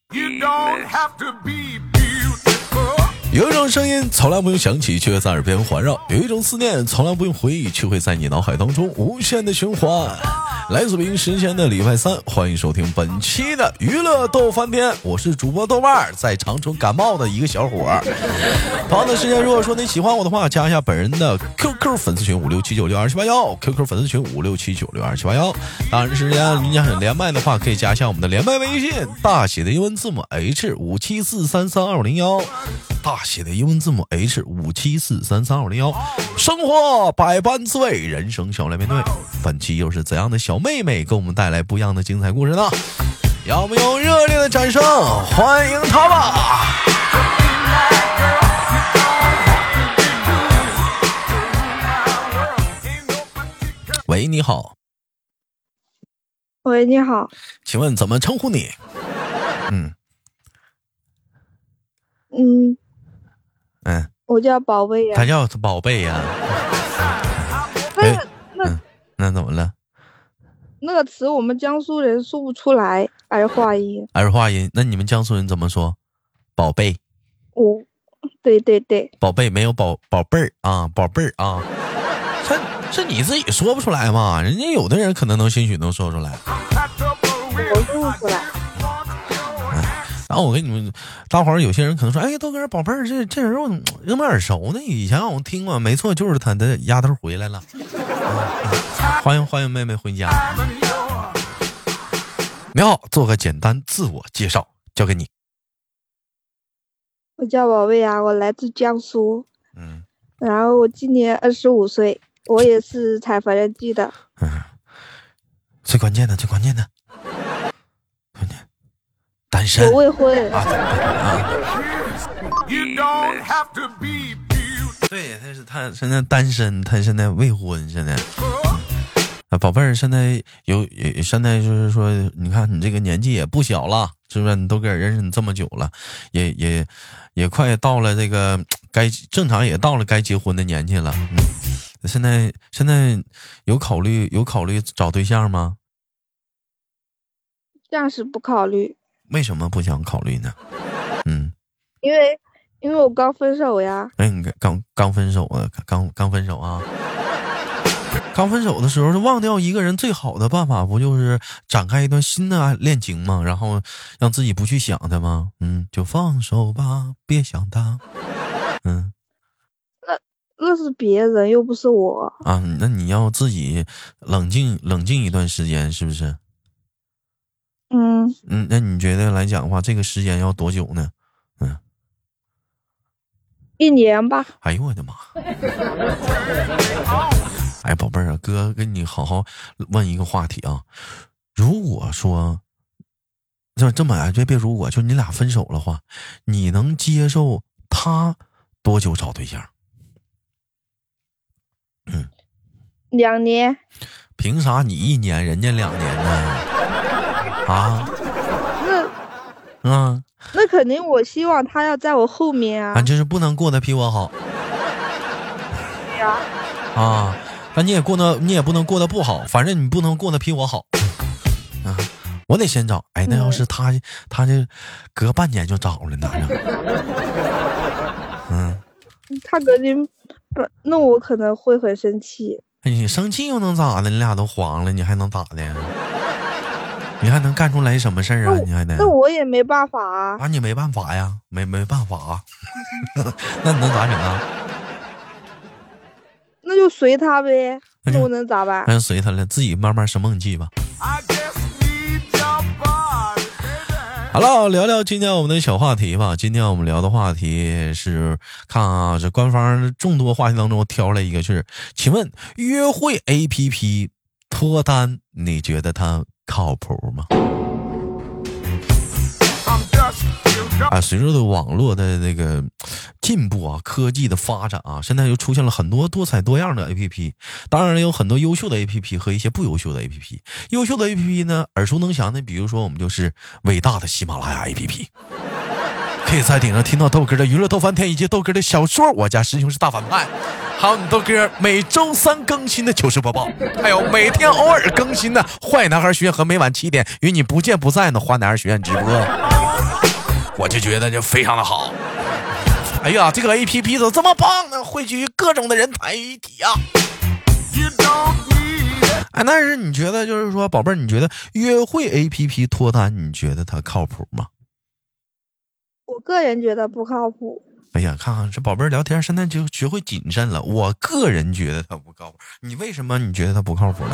有一种声音从来不用响起，却会在耳边环绕；有一种思念从来不用回忆，却会在你脑海当中无限的循环。来自北京时间的礼拜三，欢迎收听本期的娱乐逗翻天，我是主播豆瓣，在长春感冒的一个小伙。同样的时间，如果说你喜欢我的话，加一下本人的 QQ 粉丝群56796278 ，QQ 粉丝群56796278。当然时间你想连麦的话，可以加一下我们的连麦微信，大写的英文字母 H57433201，大写的英文字母 H57433201。生活百般滋味，人生笑来面对。本期又是怎样的小妹妹给我们带来不一样的精彩故事呢？要不用热烈的掌声欢迎她吧！喂，你好。 喂，你好。 请问怎么称呼你？ 我叫宝贝呀。 他叫宝贝呀。那怎么了？ 那个词我们江苏人说不出来，儿化音。 儿化音，那你们江苏人怎么说？宝贝。 对对对。 宝贝没有宝贝儿啊，宝贝儿啊。是你自己说不出来吗？人家有的人可能兴许能说出来。 我说不出来。 然后我跟你们大伙儿，有些人可能说，哎，豆哥宝贝儿，这人我怎么耳熟呢？以前我听过，没错，就是他的丫头回来了。欢迎妹妹回家。你好，做个简单自我介绍，交给你。 我叫宝贝呀，我来自江苏。然后我今年25岁，我也是采缝纫机的。 最关键的。单身， 我未婚。 对，他现在单身，他现在未婚，现在。宝贝儿，现在现在就是说，你看你这个年纪也不小了，是不是？你都给认识你这么久了，也快到了这个正常也到了该结婚的年纪了。现在有考虑找对象吗？ 暂时不考虑。 为什么不想考虑呢？ 因为我刚分手呀。 你刚分手啊？刚分手啊？刚分手的时候，就忘掉一个人最好的办法，不就是展开一段新的恋情吗？然后让自己不去想他吗？就放手吧，别想他。 那是别人，又不是我啊。那你要自己冷静一段时间，是不是？那你觉得来讲的话，这个时间要多久呢 ？1年吧。 哎呦我的妈！哎，宝贝儿啊，哥跟你好好问一个话题啊。如果说这么别如果就你俩分手的话，你能接受他多久找对象 ？2年。 凭啥你1年人家2年呢？ 那肯定我希望他要在我后面啊。 就是不能过得比我好。 对呀。 那你也不能过得不好，反正你不能过得比我好。我得先找。那要是他这隔半年就找了呢？ 他肯定不，那我可能会很生气。 你生气又能咋的？你俩都黄了，你还能咋的？你还能干出来什么事儿啊？你还能？ 那我也没办法啊。 你没办法呀，没办法啊。那你能咋整啊？ 那就随他呗。那我能咋办？ 那就随他了，自己慢慢生梦气吧。好了，聊聊今天我们的小话题吧。今天我们聊的话题是，看啊，这官方众多话题当中挑了一个，是请问约会 APP 脱单，你觉得它靠谱吗？随着网络的那个进步啊，科技的发展啊，现在又出现了很多多彩多样的 APP。当然有很多优秀的 APP 和一些不优秀的 APP。优秀的 APP 呢，耳熟能详的，比如说我们就是伟大的喜马拉雅 APP， 可以在顶上听到豆哥的娱乐逗翻天以及豆哥的小说《我家师兄是大反派》，还有你豆哥每周3更新的糗事播报，还有每天偶尔更新的坏男孩学院和每晚7点与你不见不散的花男孩学院直播。 我就觉得就非常的好。哎呀，这个 APP 怎么这么棒呢？汇聚各种的人才于一体啊！哎，但是你觉得就是说，宝贝儿，你觉得约会 APP 脱单，你觉得它靠谱吗？ 我个人觉得不靠谱。 哎呀，看看这宝贝儿聊天，现在就学会谨慎了。我个人觉得它不靠谱，你为什么你觉得它不靠谱呢？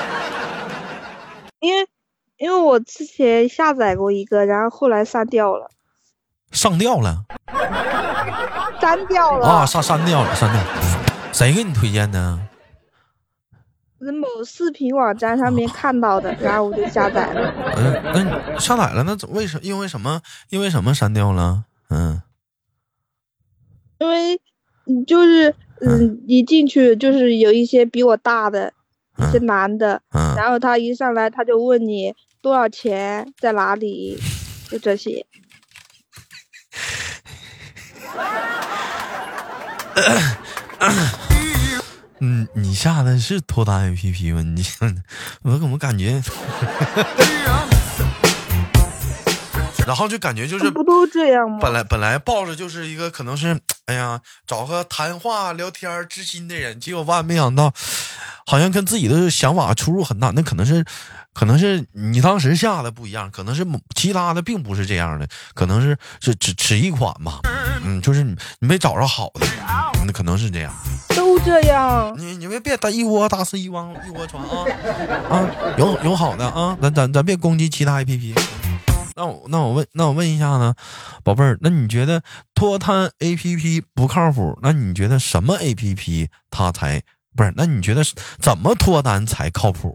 因为我之前下载过一个，然后后来删掉了。 上吊了？ 删掉了啊！删掉了。谁给你推荐的？ 是某视频网站上面看到的，然后我就下载了。 那你下载了，那因为什么删掉了？ 因为就是一进去就是有一些比我大的一些男的，然后他一上来他就问你多少钱，在哪里，就这些。 你下的是脱单 APP 吗？我怎么感觉然后就感觉就是不都这样吗？ 本来抱着就是一个可能是哎呀找个谈话聊天知心的人，结果万没想到好像跟自己的想法出入很大。那可能是你当时下的不一样，可能是其他的并不是这样的，可能是只一款吧。就是你没找着好的，那可能是这样。 都这样。 你们别打一窝打死一窝船啊！有好的啊，咱别攻击其他 APP。那我问一下呢，宝贝儿，那你觉得脱单 APP 不靠谱？那你觉得什么 APP 它才不是？那你觉得怎么脱单才靠谱？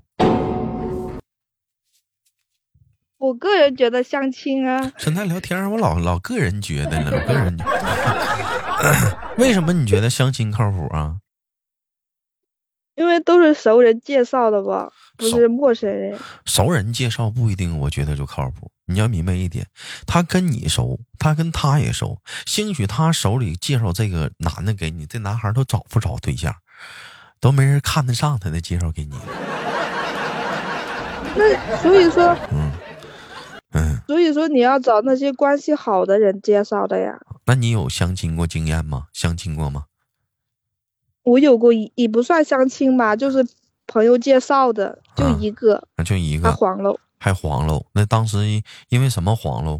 我个人觉得相亲啊。 现在聊天我老个人觉得了，个人为什么你觉得相亲靠谱啊？ 因为都是熟人介绍的吧，不是陌生人。 熟人介绍不一定，我觉得就靠谱。你要明白一点，他跟你熟，他跟他也熟，兴许他手里介绍这个男的给你，这男孩都找不着对象，都没人看得上他的介绍给你。 那所以说，所以说你要找那些关系好的人介绍的呀。 那你有相亲过经验吗？相亲过吗？ 我有过也不算相亲吧，就是朋友介绍的，就一个。 就一个。还黄喽？那当时因为什么黄喽？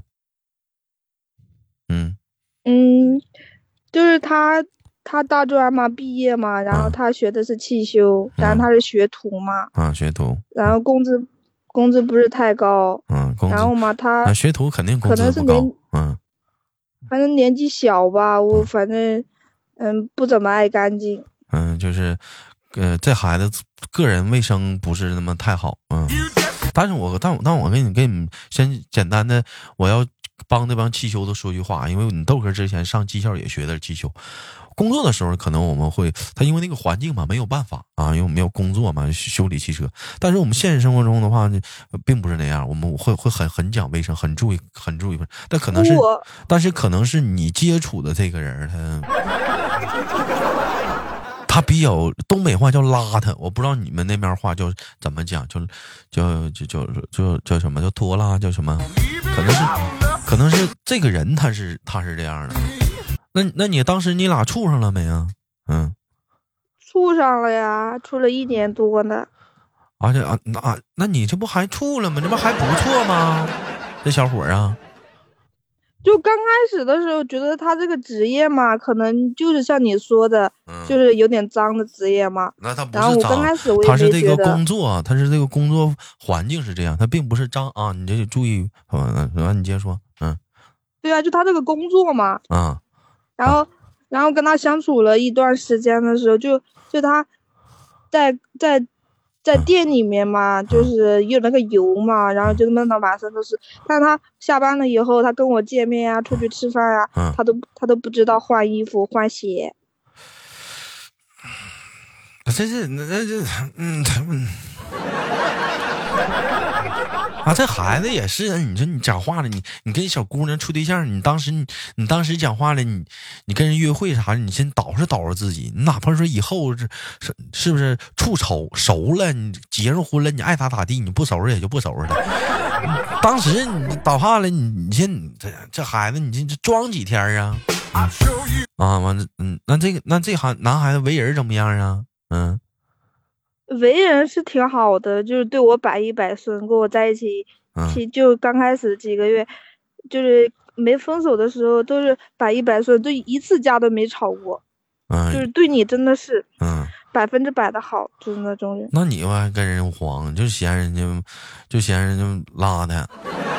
就是他大专嘛，毕业嘛，然后他学的是汽修，然后他是学徒嘛。 学徒。 然后工资不是太高。然后嘛，他学徒肯定工资不高。 反正年纪小吧，我反正不怎么爱干净。 就是这孩子个人卫生不是那么太好。但我给你先简单的，我要帮那帮汽修的说句话，因为你豆哥之前上技校也学的汽修，工作的时候可能我们会他因为那个环境嘛没有办法啊，因为我们要工作嘛修理汽车，但是我们现实生活中的话呢并不是那样，我们会很讲卫生，很注意，但可能是你接触的这个人他比较东北话叫邋遢，我不知道你们那边话叫怎么讲，叫什么叫拖拉，叫什么？可能是这个人他是这样的。那你当时你俩处上了没啊？ 处上了呀，处了1年多呢。 而且那你这不还处了吗？这不还不错吗？这小伙啊。 就刚开始的时候觉得他这个职业嘛，可能就是像你说的，就是有点脏的职业嘛。 那他不是脏，然后我刚开始我也没觉得。 他是这个工作，他是这个工作环境是这样，他并不是脏啊，你这就注意。你接着说。 对啊，就他这个工作嘛。然后跟他相处了一段时间的时候，就他在店里面嘛，就是有那个油嘛，然后就闷到满身都是。但他下班了以后，他跟我见面啊，出去吃饭啊，他都不知道换衣服换鞋。 啊，这孩子也是，你说你讲话了，你跟小姑娘处对象，你当时讲话了，你跟人约会啥的，你先捯饬自己，你哪怕说以后是不是处熟了，你结上婚了，你爱咋地，你不收拾也就不收拾了。当时你倒下了，你先这孩子，你这装几天啊？啊，完了，那这男孩子为人怎么样啊？ 为人是挺好的，就是对我百依百顺，跟我在一起，就刚开始几个月，就是没分手的时候都是百依百顺，对一次架都没吵过，就是对你真的是100%的好，就是那种人。 那你还跟人黄，就嫌人家拉的，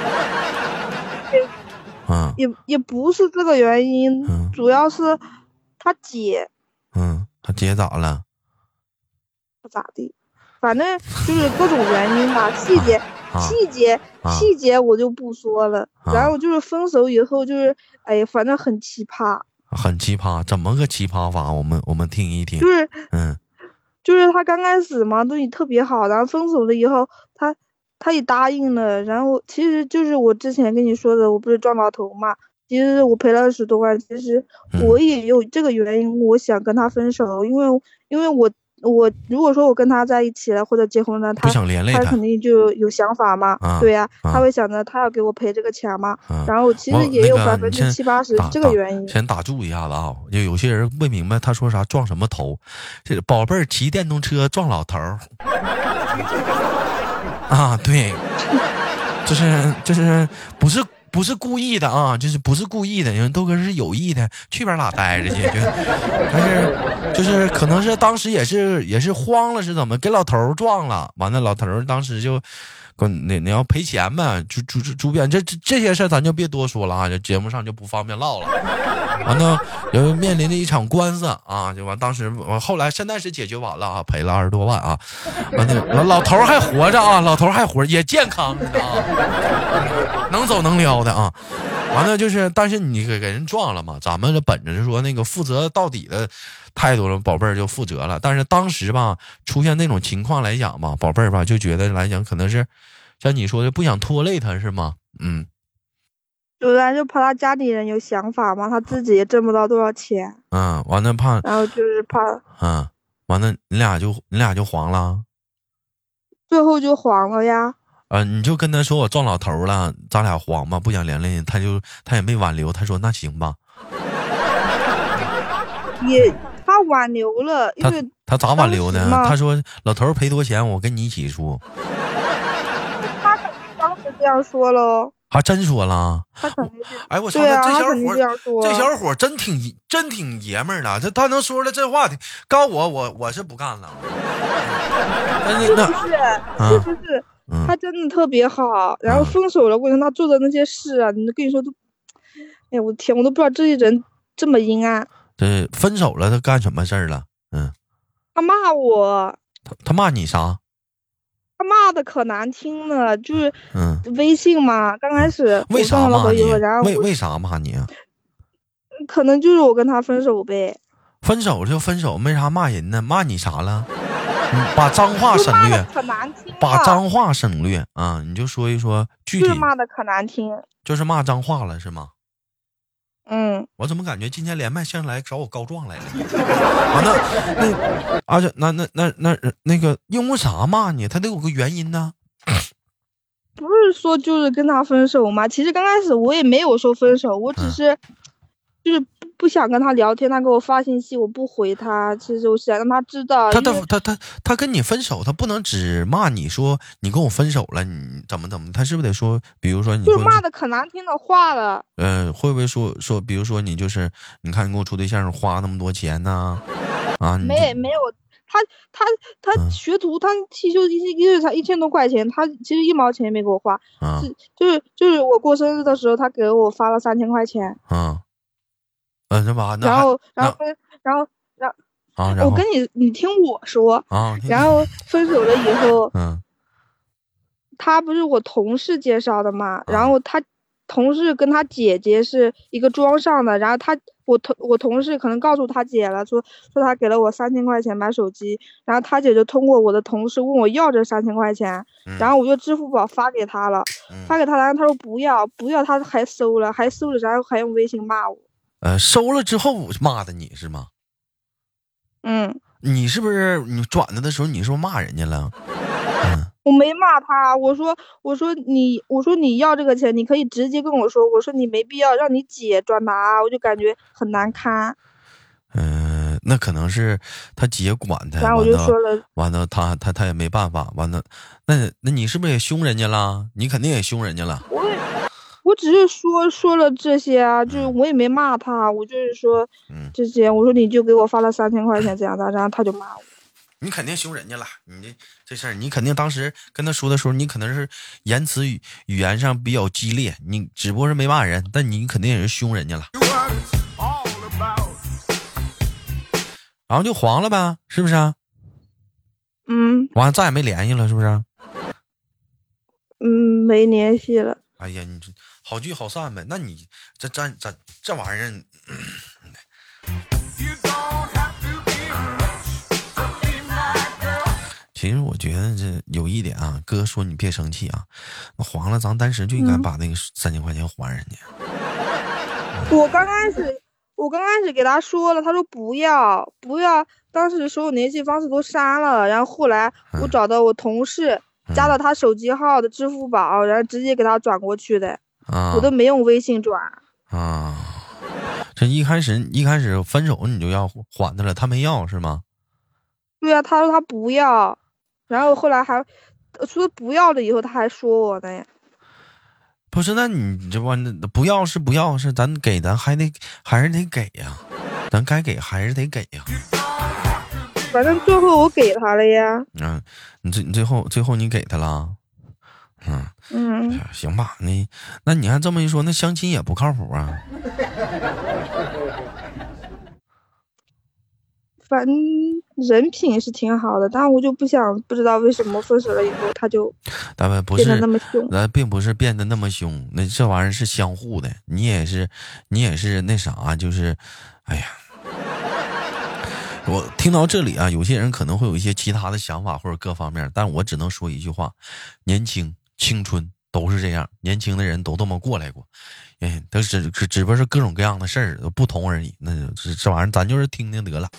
也不是这个原因，主要是他姐， 他姐咋了？ 不咋地，反正就是各种原因吧，细节我就不说了。然后就是分手以后，就是反正很奇葩。 很奇葩，怎么个奇葩法？我们听一听。 就是他刚开始嘛，对你特别好，然后分手了以后，他也答应了。然后其实就是我之前跟你说的，我不是撞老头嘛，其实我赔了20多万。其实我也有这个原因，我想跟他分手，因为我如果说我跟他在一起了或者结婚了，他肯定就有想法嘛，对呀，他会想着他要给我赔这个钱嘛，然后其实也有70%-80%这个原因。 先打住一下子啊，有些人不明白他说啥撞什么头，这宝贝儿骑电动车撞老头啊，对，就是不是故意的啊，就是不是故意的，因为豆哥是有意的，去边拉待着去，但是就是可能是当时也是慌了，是怎么给老头撞了？完了，老头当时就你要赔钱嘛，主编这些事儿咱就别多说了啊，这节目上就不方便唠了。完了，有面临的一场官司啊，就完。当时后来现在是解决完了啊，赔了20多万啊。完了，老头还活着啊，老头还活着，也健康啊，能走能撩的啊。完了就是，但是你给人撞了嘛，咱们这本着是说那个负责到底的态度了，宝贝儿就负责了。但是当时吧，出现那种情况来讲吧，宝贝儿吧就觉得来讲可能是像你说的不想拖累他是吗？ 对啊，就怕他家里人有想法嘛，他自己也挣不到多少钱。 完了怕， 然后就是怕， 完了你俩就黄了， 最后就黄了呀。 你就跟他说我撞老头了，咱俩黄吧，不想连累，他也没挽留，他说那行吧。 他挽留了，因为他咋挽留呢？他说老头赔多钱，我跟你一起出。 他当时这样说了。 还真说了， 他肯定哎，我操，这小伙真挺爷们儿的，他能说了这话，告我是不干了。 是不是？他真的特别好，然后分手了，我跟他做的那些事啊，你跟你说都，哎，我的天，我都不知道这些人这么阴暗。 对，分手了，他干什么事儿了？ 他骂我。 他骂你啥？ 他骂的可难听了，就是微信嘛，刚开始为啥骂你？ 然后为啥骂你啊？ 可能就是我跟他分手呗。 分手就分手，没啥骂人呢，骂你啥了？把脏话省略， 可难听， 把脏话省略啊！你就说一说具体。 就是骂的可难听， 就是骂脏话了是吗？ 我怎么感觉今天连麦像来找我告状来了？而且那个因为啥骂你？他得有个原因呢。 不是说就是跟他分手吗？其实刚开始我也没有说分手，我只是就是不想跟他聊天，他给我发信息我不回他，其实我想让他知道。 他跟你分手，他不能只骂你说你跟我分手了，你怎么，他是不是得说，比如说你就骂的可难听的话了。 会不会说，比如说你就是你看你跟我处对象花那么多钱呢？ 没有。他学徒，他汽修一个月才1000多块钱，他其实1毛钱也没给我花。就是我过生日的时候，他给我发了3000块钱。 是吧？ 然后我跟你听我说然后分手了以后，他不是我同事介绍的嘛，然后他同事跟他姐姐是一个庄上的，然后他我同事可能告诉他姐了，说他给了我3000块钱买手机，然后他姐就通过我的同事问我要这3000块钱，然后我就支付宝发给他了，发给他，然后他说不要，他还收了，然后还用微信骂我。 收了之后骂的你是吗？你是不是你转的时候你是不是骂人家了？ 我没骂他，我说你要这个钱，你可以直接跟我说，我说你没必要让你姐转达，我就感觉很难堪。 那可能是他姐管他， 然后我就说了， 完了他也没办法，完了，那你是不是也凶人家了？你肯定也凶人家了。 我只是说了这些啊，就是我也没骂他，我就是说这些，我说你就给我发了3000块钱这样的，然后他就骂我。 你肯定凶人家了，你这事儿，你肯定当时跟他说的时候，你可能是言辞语言上比较激烈，你只不过是没骂人，但你肯定也是凶人家了，然后就黄了呗，是不是啊？完了再也没联系了，是不是？ 没联系了。 哎呀，你这好聚好散呗，那你这玩意儿。其实我觉得这有一点啊，哥说你别生气啊，黄了咱当时就应该把那个3000块钱还人家。 我刚开始给他说了，他说不要，当时所有联系方式都删了，然后后来我找到我同事，加了他手机号的支付宝，然后直接给他转过去的，我都没用微信转。 这一开始分手你就要还他了，他没要是吗？ 对啊，他说他不要，然后后来还说不要了，以后他还说我呢。 不是，那你这不要是不要是，咱给咱还是得给呀，咱该给还是得给呀。 反正最后我给他了呀。 你最后你给他了。行吧，那你还这么一说，那相亲也不靠谱啊。 反正人品是挺好的，但我就不知道为什么分手了以后他就变得那么凶。 并不是变得那么凶，那这玩意儿是相互的，你也是那啥，就是哎呀，我听到这里啊，有些人可能会有一些其他的想法或者各方面，但我只能说一句话，年轻青春都是这样，年轻的人都这么过来过，都只不过是各种各样的事儿不同而已，那这玩意儿咱就是听听得了。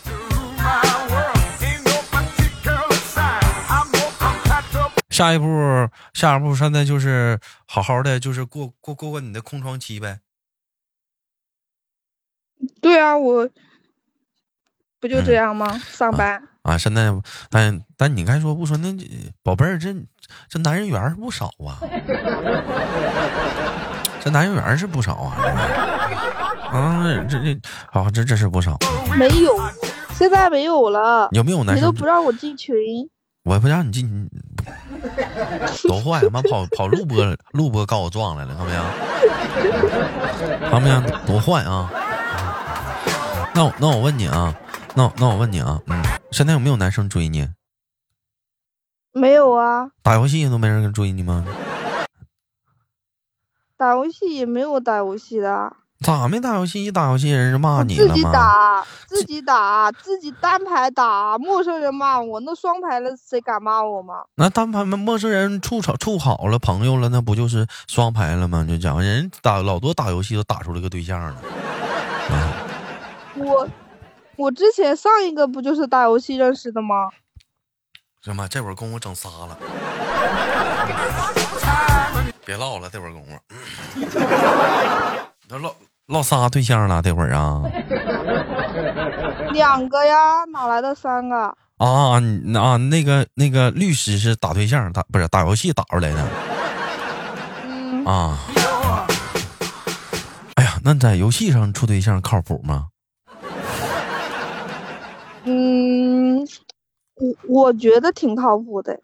下一步现在就是好好的，就是过你的空窗期呗。 对啊，我不就这样吗？上班现在但你该说不说，那宝贝儿，这男人缘不少啊，这男人缘是不少啊，这是不少。 没有，现在没有了。 有没有男生？ 你都不让我进群。 我不让你进，多坏！他妈跑录播告我撞来了，看没有？看没有？多坏啊！那我问你啊，那我问你啊，现在有没有男生追你？ 没有啊。打游戏都没人追你吗？ 打游戏也没有打游戏的。 咋没打游戏？一打游戏人就骂你了吗？自己打，自己单排打，陌生人骂我，那双排了谁敢骂我吗？ 那单排陌生人处好了朋友了，那不就是双排了吗？就讲人老多打游戏都打出了个对象了。 我之前上一个不就是打游戏认识的吗？ 什么？这会儿跟我整仨了。别唠了，这会儿功夫。唠仨对象了，这会儿啊 ？2个呀，哪来的3个？ 那个律师是打对象，不是打游戏打出来的。哎呀，那在游戏上处对象靠谱吗？ 我觉得挺靠谱的。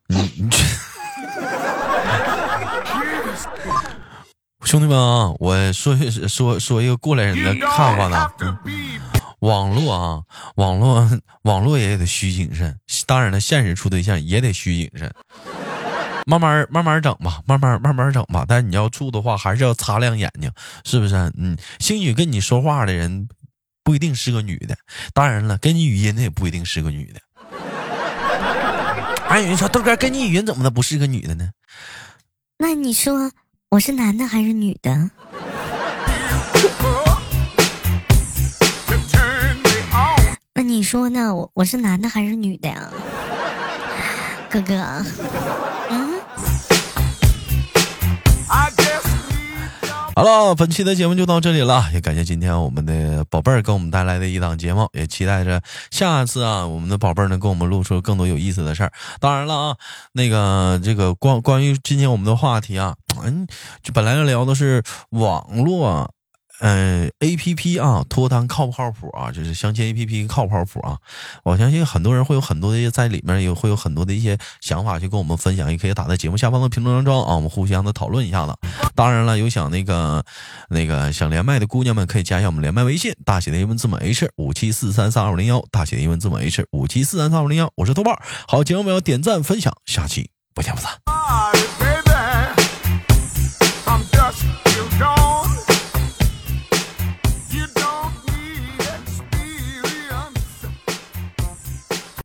兄弟们啊，我说一个过来人的看法呢。网络也得需谨慎，当然了，现实处对象也得需谨慎。 慢慢整吧，慢慢整吧。但是你要处的话，还是要擦亮眼睛，是不是？兴许跟你说话的人不一定是个女的，当然了，跟你语音的也不一定是个女的。有人说豆哥跟你语音怎么的不是个女的呢？ 那你说我是男的还是女的？那你说呢？我是男的还是女的呀？哥哥， 好了，本期的节目就到这里了，也感谢今天我们的宝贝儿给我们带来的一档节目，也期待着下次啊，我们的宝贝儿能给我们录出更多有意思的事儿。当然了啊，这个关于今天我们的话题啊，就本来聊的是网络APP 啊，脱单靠不靠谱啊？就是相亲 APP 靠不靠谱啊？我相信很多人会有很多的在里面，也会有很多的一些想法去跟我们分享，也可以打在节目下方的评论当中啊，我们互相的讨论一下子。当然了，有想那个想连麦的姑娘们，可以加一下我们连麦微信，大写的英文字母 H57433501，大写的英文字母 H57433501。我是豆瓣，好，节目们要点赞分享，下期不见不散。